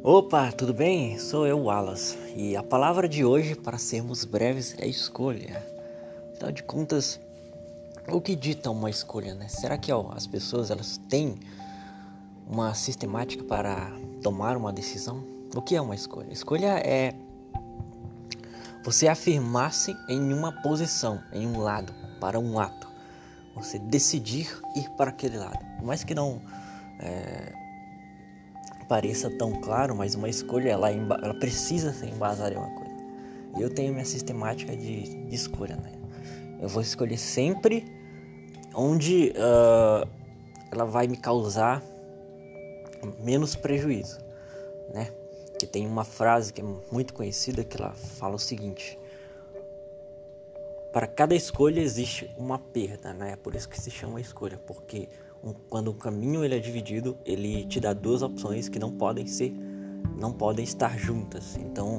Opa, tudo bem? Sou eu, Wallace, e a palavra de hoje, para sermos breves, é escolha. Afinal de contas, o que dita uma escolha, né? Será que as pessoas elas têm uma sistemática para tomar uma decisão? O que é uma escolha? Escolha é você afirmar-se em uma posição, em um lado, para um ato. Você decidir ir para aquele lado. Por mais que não pareça tão claro, mas uma escolha ela precisa ser embasada em uma coisa. Eu tenho minha sistemática de escolha, né? Eu vou escolher sempre onde ela vai me causar menos prejuízo, né? Que tem uma frase que é muito conhecida que ela fala o seguinte: para cada escolha existe uma perda, né? É por isso que se chama escolha, porque quando um caminho ele é dividido, ele te dá duas opções que não podem estar juntas. Então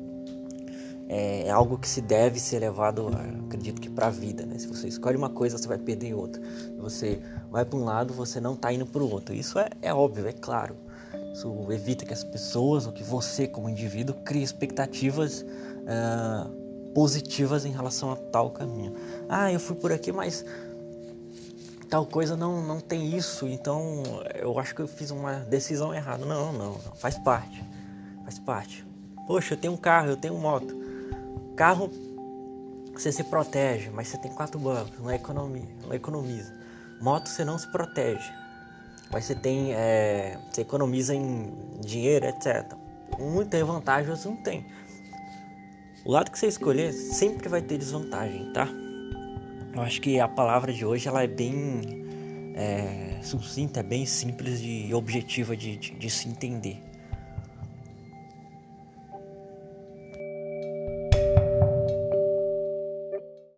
é algo que se deve ser levado, acredito que para a vida, né? Se você escolhe uma coisa, você vai perder outra. Se você vai para um lado, você não está indo para o outro. Isso é óbvio, é claro. Isso evita que as pessoas, ou que você como indivíduo, crie expectativas positivas em relação a tal caminho. Eu fui por aqui, mas tal coisa não tem isso, então eu acho que eu fiz uma decisão errada. Não, faz parte. Poxa, eu tenho um carro, eu tenho moto. Carro, você se protege, mas você tem 4 bancos, não economiza. Moto, você não se protege, mas você economiza em dinheiro, etc. Um tem vantagem, outro não tem. O lado que você escolher sempre vai ter desvantagem, tá? Eu acho que a palavra de hoje ela é bem sucinta, é bem simples e objetiva de se entender.